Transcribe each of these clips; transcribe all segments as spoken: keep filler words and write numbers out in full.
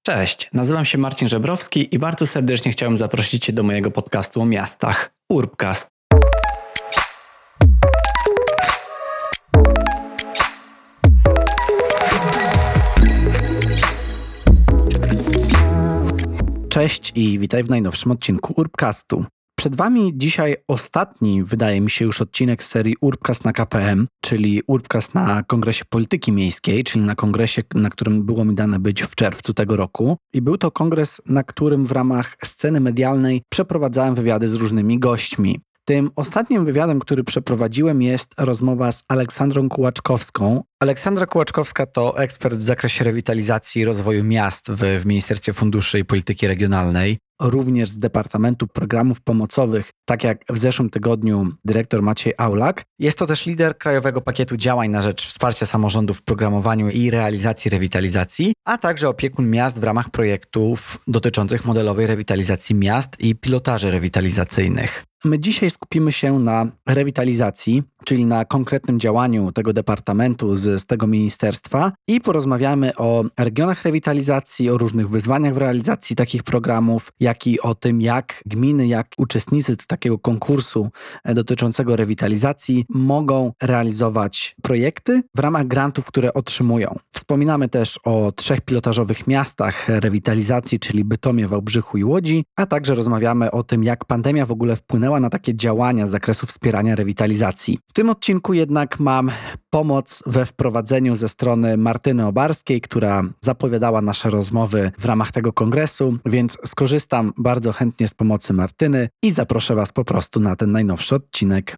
Cześć, nazywam się Marcin Żebrowski i bardzo serdecznie chciałem zaprosić Cię do mojego podcastu o miastach, Urbcast. Cześć i witaj w najnowszym odcinku Urbcastu. Przed Wami dzisiaj ostatni, wydaje mi się, już odcinek z serii Urbcast na K P M, czyli Urbcast na Kongresie Polityki Miejskiej, czyli na kongresie, na którym było mi dane być w czerwcu tego roku. I był to kongres, na którym w ramach sceny medialnej przeprowadzałem wywiady z różnymi gośćmi. Tym ostatnim wywiadem, który przeprowadziłem, jest rozmowa z Aleksandrą Kułaczkowską. Aleksandra Kułaczkowska to ekspert w zakresie rewitalizacji i rozwoju miast w, w Ministerstwie Funduszy i Polityki Regionalnej, również z Departamentu Programów Pomocowych, tak jak w zeszłym tygodniu dyrektor Maciej Aulak. Jest to też lider Krajowego Pakietu Działań na rzecz wsparcia samorządów w programowaniu i realizacji rewitalizacji, a także opiekun miast w ramach projektów dotyczących modelowej rewitalizacji miast i pilotaży rewitalizacyjnych. My dzisiaj skupimy się na rewitalizacji, czyli na konkretnym działaniu tego departamentu z, z tego ministerstwa i porozmawiamy o regionach rewitalizacji, o różnych wyzwaniach w realizacji takich programów, jak i o tym, jak gminy, jak uczestnicy takiego konkursu dotyczącego rewitalizacji mogą realizować projekty w ramach grantów, które otrzymują. Wspominamy też o trzech pilotażowych miastach rewitalizacji, czyli Bytomie, Wałbrzychu i Łodzi, a także rozmawiamy o tym, jak pandemia w ogóle wpłynęła na takie działania z zakresu wspierania rewitalizacji. W tym odcinku jednak mam pomoc we wprowadzeniu ze strony Martyny Obarskiej, która zapowiadała nasze rozmowy w ramach tego kongresu, więc skorzystam bardzo chętnie z pomocy Martyny i zaproszę Was po prostu na ten najnowszy odcinek.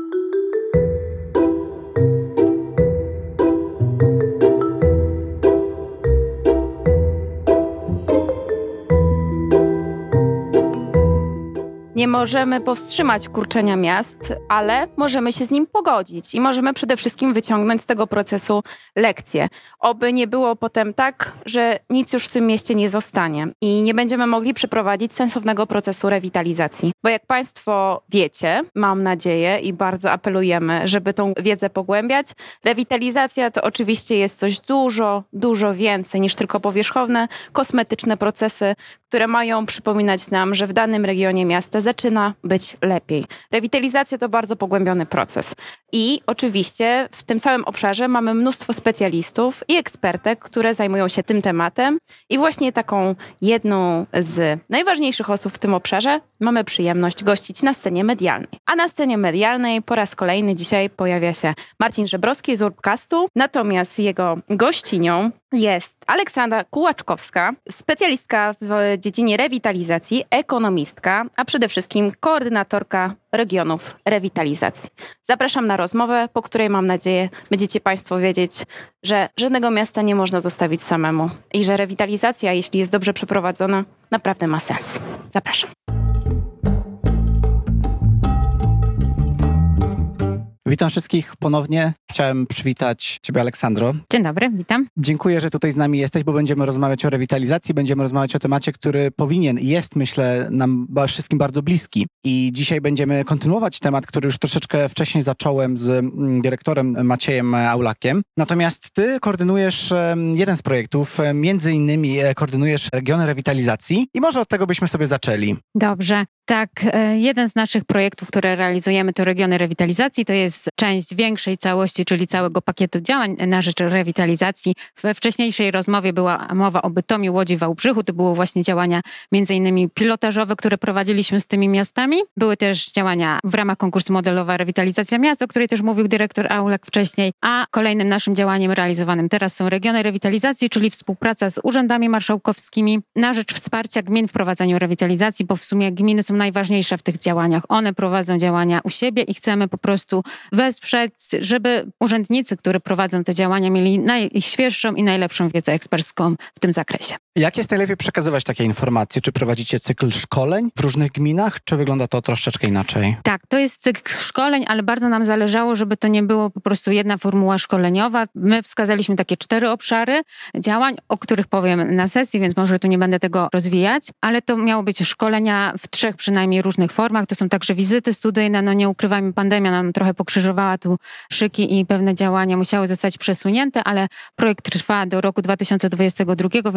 Nie możemy powstrzymać kurczenia miast, ale możemy się z nim pogodzić i możemy przede wszystkim wyciągnąć z tego procesu lekcje. Oby nie było potem tak, że nic już w tym mieście nie zostanie i nie będziemy mogli przeprowadzić sensownego procesu rewitalizacji. Bo jak Państwo wiecie, mam nadzieję i bardzo apelujemy, żeby tą wiedzę pogłębiać, rewitalizacja to oczywiście jest coś dużo, dużo więcej niż tylko powierzchowne, kosmetyczne procesy, które mają przypominać nam, że w danym regionie miasta zaczyna być lepiej. Rewitalizacja to bardzo pogłębiony proces. I oczywiście w tym całym obszarze mamy mnóstwo specjalistów i ekspertek, które zajmują się tym tematem. I właśnie taką jedną z najważniejszych osób w tym obszarze mamy przyjemność gościć na scenie medialnej. A na scenie medialnej po raz kolejny dzisiaj pojawia się Marcin Żebrowski z Urbcastu, natomiast jego gościnią jest Aleksandra Kułaczkowska, specjalistka w dziedzinie rewitalizacji, ekonomistka, a przede wszystkim koordynatorka regionów rewitalizacji. Zapraszam na rozmowę, po której mam nadzieję będziecie Państwo wiedzieć, że żadnego miasta nie można zostawić samemu i że rewitalizacja, jeśli jest dobrze przeprowadzona, naprawdę ma sens. Zapraszam. Witam wszystkich ponownie. Chciałem przywitać Ciebie, Aleksandro. Dzień dobry, witam. Dziękuję, że tutaj z nami jesteś, bo będziemy rozmawiać o rewitalizacji, będziemy rozmawiać o temacie, który powinien i jest, myślę, nam wszystkim bardzo bliski. I dzisiaj będziemy kontynuować temat, który już troszeczkę wcześniej zacząłem z dyrektorem Maciejem Aulakiem. Natomiast Ty koordynujesz jeden z projektów, między innymi koordynujesz regiony rewitalizacji i może od tego byśmy sobie zaczęli. Dobrze. Tak, jeden z naszych projektów, które realizujemy, to regiony rewitalizacji. To jest część większej całości, czyli całego pakietu działań na rzecz rewitalizacji. We wcześniejszej rozmowie była mowa o Bytomiu, Łodzi, Wałbrzychu. To były właśnie działania między innymi pilotażowe, które prowadziliśmy z tymi miastami. Były też działania w ramach konkursu Modelowa Rewitalizacja Miast, o której też mówił dyrektor Aulak wcześniej. A kolejnym naszym działaniem realizowanym teraz są regiony rewitalizacji, czyli współpraca z urzędami marszałkowskimi na rzecz wsparcia gmin w prowadzeniu rewitalizacji, bo w sumie gminy są najważniejsze w tych działaniach. One prowadzą działania u siebie i chcemy po prostu wesprzeć, żeby urzędnicy, którzy prowadzą te działania, mieli najświeższą i najlepszą wiedzę ekspercką w tym zakresie. Jak jest najlepiej przekazywać takie informacje? Czy prowadzicie cykl szkoleń w różnych gminach, czy wygląda to troszeczkę inaczej? Tak, to jest cykl szkoleń, ale bardzo nam zależało, żeby to nie było po prostu jedna formuła szkoleniowa. My wskazaliśmy takie cztery obszary działań, o których powiem na sesji, więc może tu nie będę tego rozwijać, ale to miało być szkolenia w trzech przynajmniej różnych formach. To są także wizyty studyjne, no nie ukrywajmy, pandemia nam trochę pokrzyżowała tu szyki i pewne działania musiały zostać przesunięte, ale projekt trwa do roku dwa tysiące dwudziestego drugiego, więc myślę, że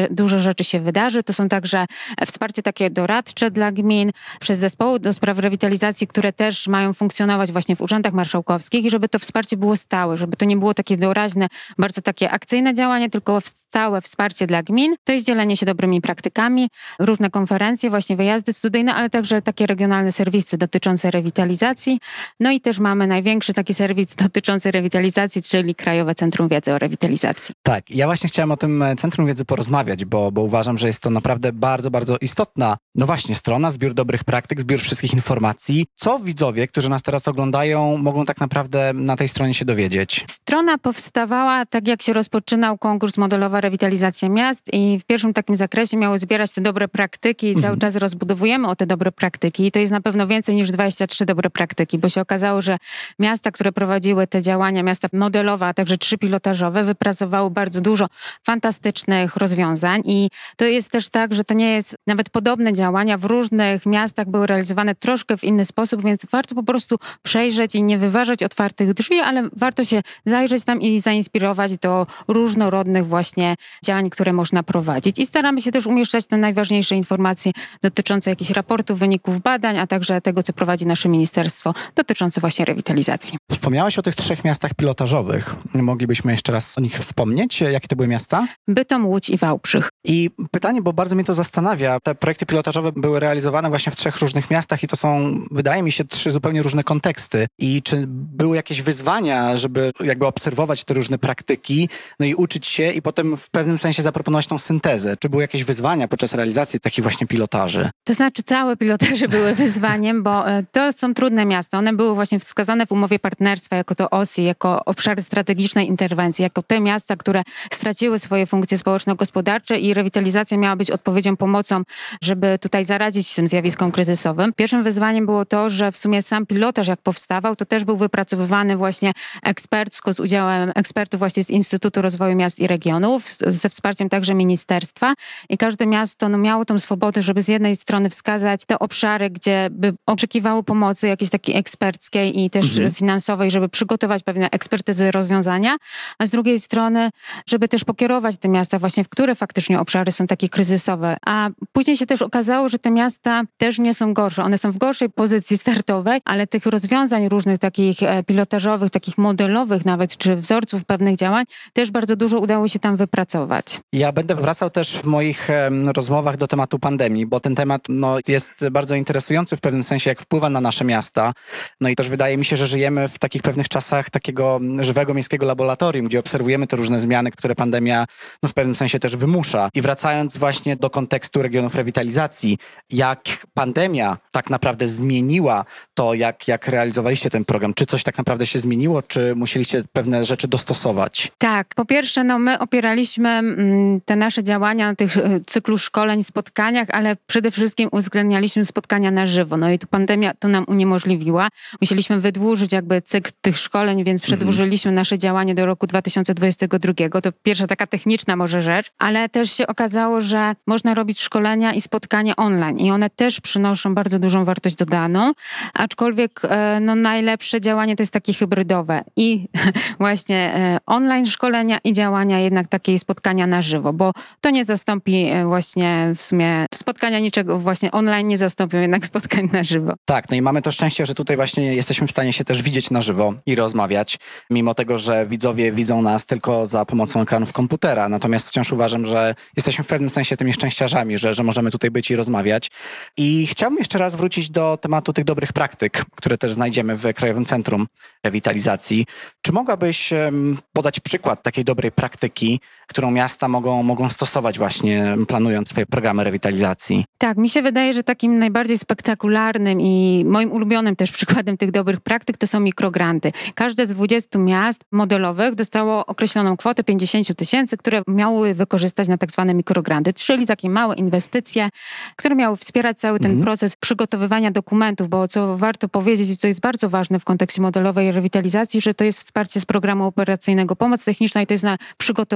że dużo rzeczy się wydarzy. To są także wsparcie takie doradcze dla gmin przez zespoły do spraw rewitalizacji, które też mają funkcjonować właśnie w urzędach marszałkowskich i żeby to wsparcie było stałe, żeby to nie było takie doraźne, bardzo takie akcyjne działanie, tylko stałe wsparcie dla gmin. To jest dzielenie się dobrymi praktykami, różne konferencje, właśnie wyjazdy studyjne, ale także takie regionalne serwisy dotyczące rewitalizacji. No i też mamy największy taki serwis dotyczący rewitalizacji, czyli Krajowe Centrum Wiedzy o Rewitalizacji. Tak, ja właśnie chciałem o tym Centrum Wiedzy porozmawiać, bo, bo uważam, że jest to naprawdę bardzo, bardzo istotna, no właśnie, strona, zbiór dobrych praktyk, zbiór wszystkich informacji. Co widzowie, którzy nas teraz oglądają, mogą tak naprawdę na tej stronie się dowiedzieć? Strona powstawała tak, jak się rozpoczynał konkurs Modelowa Rewitalizacja Miast i w pierwszym takim zakresie miały zbierać te dobre praktyki i mhm. cały czas rozbudowujemy o te dobre praktyki. I to jest na pewno więcej niż dwadzieścia trzy dobre praktyki, bo się okazało, że miasta, które prowadziły te działania, miasta modelowe, a także trzy pilotażowe, wypracowały bardzo dużo fantastycznych rozwiązań i to jest też tak, że to nie jest nawet podobne działania w różnych miastach były realizowane troszkę w inny sposób, więc warto po prostu przejrzeć i nie wyważać otwartych drzwi, ale warto się zajrzeć tam i zainspirować do różnorodnych właśnie działań, które można prowadzić. I staramy się też umieszczać te najważniejsze informacje dotyczące jakichś raportów, wyników badań, a także tego, co prowadzi nasze ministerstwo dotyczące właśnie rewitalizacji. Wspomniałaś o tych trzech miastach pilotażowych. Moglibyśmy jeszcze raz o nich wspomnieć? Jakie to były miasta? Bytom, Łódź i Wałbrzych. I pytanie, bo bardzo mnie to zastanawia. Te projekty pilotażowe były realizowane właśnie w trzech różnych miastach i to są, wydaje mi się, trzy zupełnie różne konteksty. I czy były jakieś wyzwania, żeby jakby obserwować te różne praktyki, no i uczyć się i potem w pewnym sensie zaproponować tą syntezę? Czy były jakieś wyzwania podczas realizacji takich właśnie pilotaży? To znaczy całe pilotaże były wyzwaniem, bo to są trudne miasta. One były właśnie wskazane w umowie partnerstwa jako to O S I, jako obszary strategicznej interwencji, jako te miasta, które straciły swoje funkcje społeczno-gospodarcze i rewitalizacja miała być odpowiedzią, pomocą, żeby tutaj zaradzić tym zjawiskom kryzysowym. Pierwszym wyzwaniem było to, że w sumie sam pilotaż jak powstawał, to też był wypracowywany właśnie ekspercko z udziałem ekspertów właśnie z Instytutu Rozwoju Miast i Regionów, ze wsparciem także ministerstwa i każde miasto no, miało tą swobodę, żeby z jednej strony wskazać te obszary, gdzie by oczekiwało pomocy jakiejś takiej eksperckiej i też mhm. finansowej, żeby przygotować pewne ekspertyzy rozwiązania, a z drugiej strony, żeby też pokierować te miasta właśnie, w które faktycznie obszary są takie kryzysowe. A później się też okazało, że te miasta też nie są gorsze. One są w gorszej pozycji startowej, ale tych rozwiązań różnych takich pilotażowych, takich modelowych nawet, czy wzorców pewnych działań też bardzo dużo udało się tam wypracować. Ja będę wracał też w moich um, rozmowach do tematu pandemii, bo ten temat no, jest bardzo interesujący w pewnym sensie, jak wpływa na nasze miasta. No i też wydaje mi się, że żyjemy w takich pewnych czasach takiego żywego miejskiego laboratorium, gdzie obserwujemy te różne zmiany, które pandemia no, w pewnym sensie też wymusza. I wracając właśnie do kontekstu regionów rewitalizacji, jak pandemia tak naprawdę zmieniła to, jak, jak realizowaliście ten program? Czy coś tak naprawdę się zmieniło, czy musieliście pewne rzeczy dostosować? Tak, po pierwsze, no my opieraliśmy mm, te nasze działania na tych cyklu szkoleń, spotkaniach, ale przede wszystkim uwzględnialiśmy spotkania na żywo. No i tu pandemia to nam uniemożliwiła. Musieliśmy wydłużyć jakby cykl tych szkoleń, więc przedłużyliśmy mhm. nasze działanie do roku dwa tysiące dwudziestego drugiego. To pierwsza taka techniczna może rzecz, ale też się okazało, że można robić szkolenia i spotkania online i one też przynoszą bardzo dużą wartość dodaną, aczkolwiek no, najlepsze działanie to jest takie hybrydowe i właśnie online szkolenia i działania jednak takie spotkania na żywo, bo to nie zastąpi właśnie w sumie spotkania niczego właśnie online, nie zastąpią jednak spotkań na żywo. Tak, no i mamy to szczęście, że tutaj właśnie jesteśmy w stanie się też widzieć na żywo i rozmawiać, mimo tego, że widzowie widzą nas tylko za pomocą ekranów komputera, natomiast wciąż uważam, że jesteśmy w pewnym sensie tymi szczęściarzami, że, że możemy tutaj być i rozmawiać. I chciałbym jeszcze raz wrócić do tematu tych dobrych praktyk, które też znajdziemy w Krajowym Centrum Rewitalizacji. Czy mogłabyś um, podać przykład takiej dobrej praktyki, którą miasta mogą, mogą stosować właśnie planując swoje programy rewitalizacji? Tak, mi się wydaje, że takim najbardziej spektakularnym i moim ulubionym też przykładem tych dobrych praktyk to są mikrogranty. Każde z dwudziestu miast modelowych dostało określoną kwotę pięćdziesiąt tysięcy, które miały wykorzystać na tak zwane mikrogranty, czyli takie małe inwestycje, które miały wspierać cały ten mhm. proces przygotowywania dokumentów, bo co warto powiedzieć i co jest bardzo ważne w kontekście modelowej rewitalizacji, że to jest wsparcie z programu operacyjnego Pomoc Techniczna i to jest na przygotowanie, czyli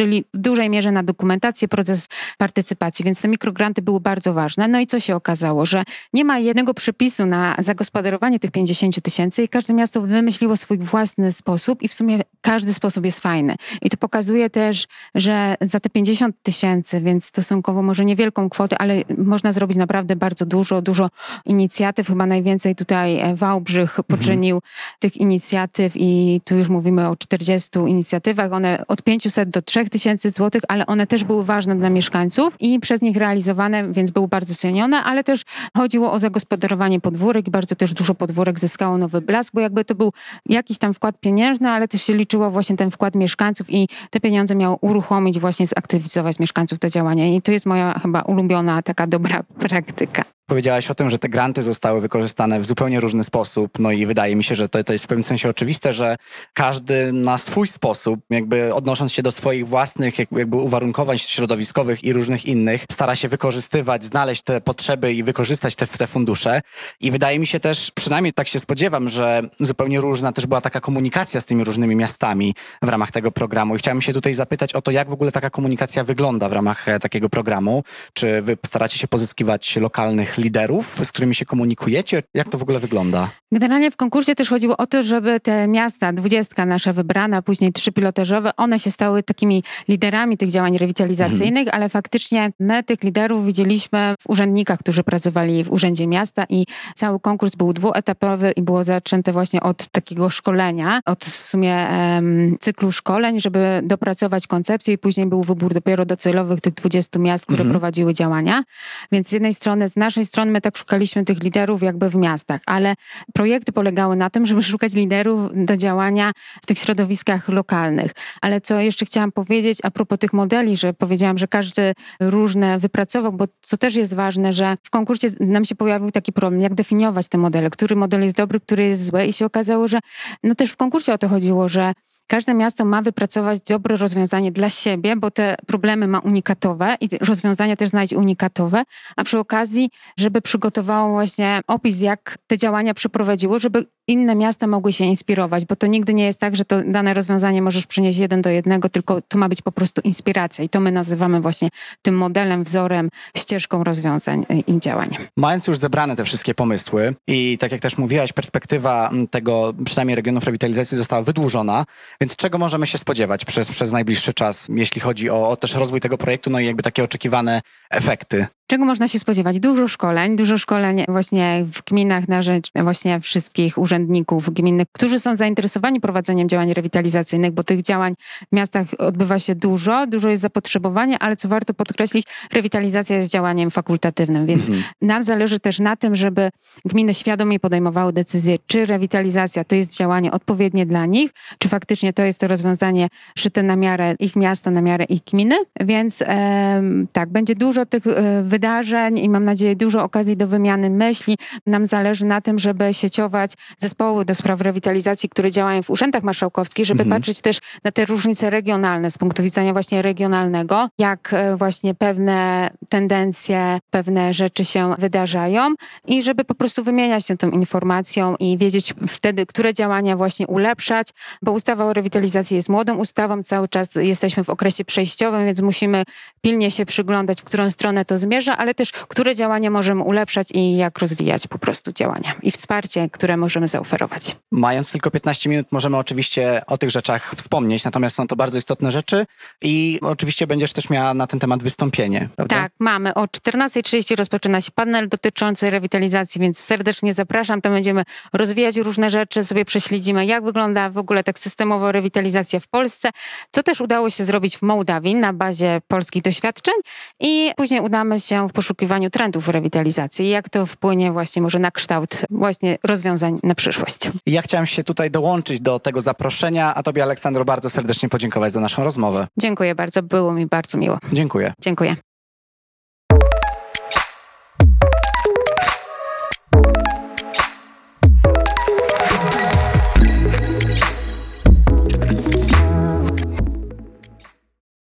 czyli w dużej mierze na dokumentację, proces partycypacji, więc te mikrogranty były bardzo ważne. No i co się okazało, że nie ma jednego przepisu na zagospodarowanie tych pięćdziesiąt tysięcy i każde miasto wymyśliło swój własny sposób i w sumie każdy sposób jest fajny. I to pokazuje też, że za te pięćdziesiąt tysięcy, więc stosunkowo może niewielką kwotę, ale można zrobić naprawdę bardzo dużo, dużo inicjatyw. Chyba najwięcej tutaj Wałbrzych poczynił mhm. tych inicjatyw i tu już mówimy o czterdziestu inicjatywach. One od pięciuset do trzech tysięcy złotych, ale one też były ważne dla mieszkańców i przez nich realizowane, więc były bardzo cenione, ale też chodziło o zagospodarowanie podwórek i bardzo też dużo podwórek zyskało nowy blask, bo jakby to był jakiś tam wkład pieniężny, ale też się liczyło właśnie ten wkład mieszkańców i te pieniądze miało uruchomić, właśnie zaktywizować mieszkańców do działania. I to jest moja chyba ulubiona taka dobra praktyka. Powiedziałaś o tym, że te granty zostały wykorzystane w zupełnie różny sposób, no i wydaje mi się, że to, to jest w pewnym sensie oczywiste, że każdy na swój sposób, jakby odnosząc się do swoich własnych jakby uwarunkowań środowiskowych i różnych innych, stara się wykorzystywać, znaleźć te potrzeby i wykorzystać te, te fundusze. I wydaje mi się też, przynajmniej tak się spodziewam, że zupełnie różna też była taka komunikacja z tymi różnymi miastami w ramach tego programu. I chciałem się tutaj zapytać o to, jak w ogóle taka komunikacja wygląda w ramach takiego programu. Czy wy staracie się pozyskiwać lokalnych liderów, z którymi się komunikujecie? Jak to w ogóle wygląda? Generalnie w konkursie też chodziło o to, żeby te miasta, dwudziestka nasza wybrana, później trzy pilotażowe, one się stały takimi liderami tych działań rewitalizacyjnych, mhm. ale faktycznie my tych liderów widzieliśmy w urzędnikach, którzy pracowali w Urzędzie Miasta i cały konkurs był dwuetapowy i było zaczęte właśnie od takiego szkolenia, od w sumie um, cyklu szkoleń, żeby dopracować koncepcję i później był wybór dopiero docelowych tych dwudziestu miast, które mhm. prowadziły działania. Więc z jednej strony, z naszej strony my tak szukaliśmy tych liderów jakby w miastach, ale projekty polegały na tym, żeby szukać liderów do działania w tych środowiskach lokalnych. Ale co jeszcze chciałam powiedzieć a propos tych modeli, że powiedziałam, że każdy różne wypracował, bo co też jest ważne, że w konkursie nam się pojawił taki problem, jak definiować te modele, który model jest dobry, który jest zły i się okazało, że no też w konkursie o to chodziło, że każde miasto ma wypracować dobre rozwiązanie dla siebie, bo te problemy ma unikatowe i rozwiązania też znajdzie unikatowe, a przy okazji, żeby przygotowało właśnie opis, jak te działania przeprowadziło, żeby inne miasta mogły się inspirować, bo to nigdy nie jest tak, że to dane rozwiązanie możesz przynieść jeden do jednego, tylko to ma być po prostu inspiracja i to my nazywamy właśnie tym modelem, wzorem, ścieżką rozwiązań i działań. Mając już zebrane te wszystkie pomysły i tak jak też mówiłaś, perspektywa tego, przynajmniej regionów rewitalizacji została wydłużona, więc czego możemy się spodziewać przez, przez najbliższy czas, jeśli chodzi o, o też rozwój tego projektu, no i jakby takie oczekiwane efekty? Czego można się spodziewać? Dużo szkoleń, dużo szkoleń właśnie w gminach na rzecz właśnie wszystkich urzędników gminnych, którzy są zainteresowani prowadzeniem działań rewitalizacyjnych, bo tych działań w miastach odbywa się dużo, dużo jest zapotrzebowania, ale co warto podkreślić, rewitalizacja jest działaniem fakultatywnym, więc mhm. nam zależy też na tym, żeby gminy świadomie podejmowały decyzję, czy rewitalizacja to jest działanie odpowiednie dla nich, czy faktycznie to jest to rozwiązanie szyte na miarę ich miasta, na miarę ich gminy, więc e, tak, będzie dużo tych e, wydarzeń i mam nadzieję dużo okazji do wymiany myśli. Nam zależy na tym, żeby sieciować zespoły do spraw rewitalizacji, które działają w urzędach marszałkowskich, żeby mhm. patrzeć też na te różnice regionalne z punktu widzenia właśnie regionalnego, jak właśnie pewne tendencje, pewne rzeczy się wydarzają i żeby po prostu wymieniać się tą informacją i wiedzieć wtedy, które działania właśnie ulepszać, bo ustawa o rewitalizacji jest młodą ustawą, cały czas jesteśmy w okresie przejściowym, więc musimy pilnie się przyglądać, w którą stronę to zmierza, ale też które działania możemy ulepszać i jak rozwijać po prostu działania i wsparcie, które możemy zaoferować. Mając tylko piętnaście minut, możemy oczywiście o tych rzeczach wspomnieć, natomiast są to bardzo istotne rzeczy i oczywiście będziesz też miała na ten temat wystąpienie, prawda? Tak, mamy. O czternasta trzydzieści rozpoczyna się panel dotyczący rewitalizacji, więc serdecznie zapraszam. Tam będziemy rozwijać różne rzeczy, sobie prześledzimy, jak wygląda w ogóle tak systemowo rewitalizacja w Polsce, co też udało się zrobić w Mołdawii na bazie polskich doświadczeń i później udamy się w poszukiwaniu trendów rewitalizacji i jak to wpłynie właśnie może na kształt właśnie rozwiązań na przyszłość. Ja chciałem się tutaj dołączyć do tego zaproszenia, a tobie, Aleksandro, bardzo serdecznie podziękować za naszą rozmowę. Dziękuję bardzo, było mi bardzo miło. Dziękuję. Dziękuję.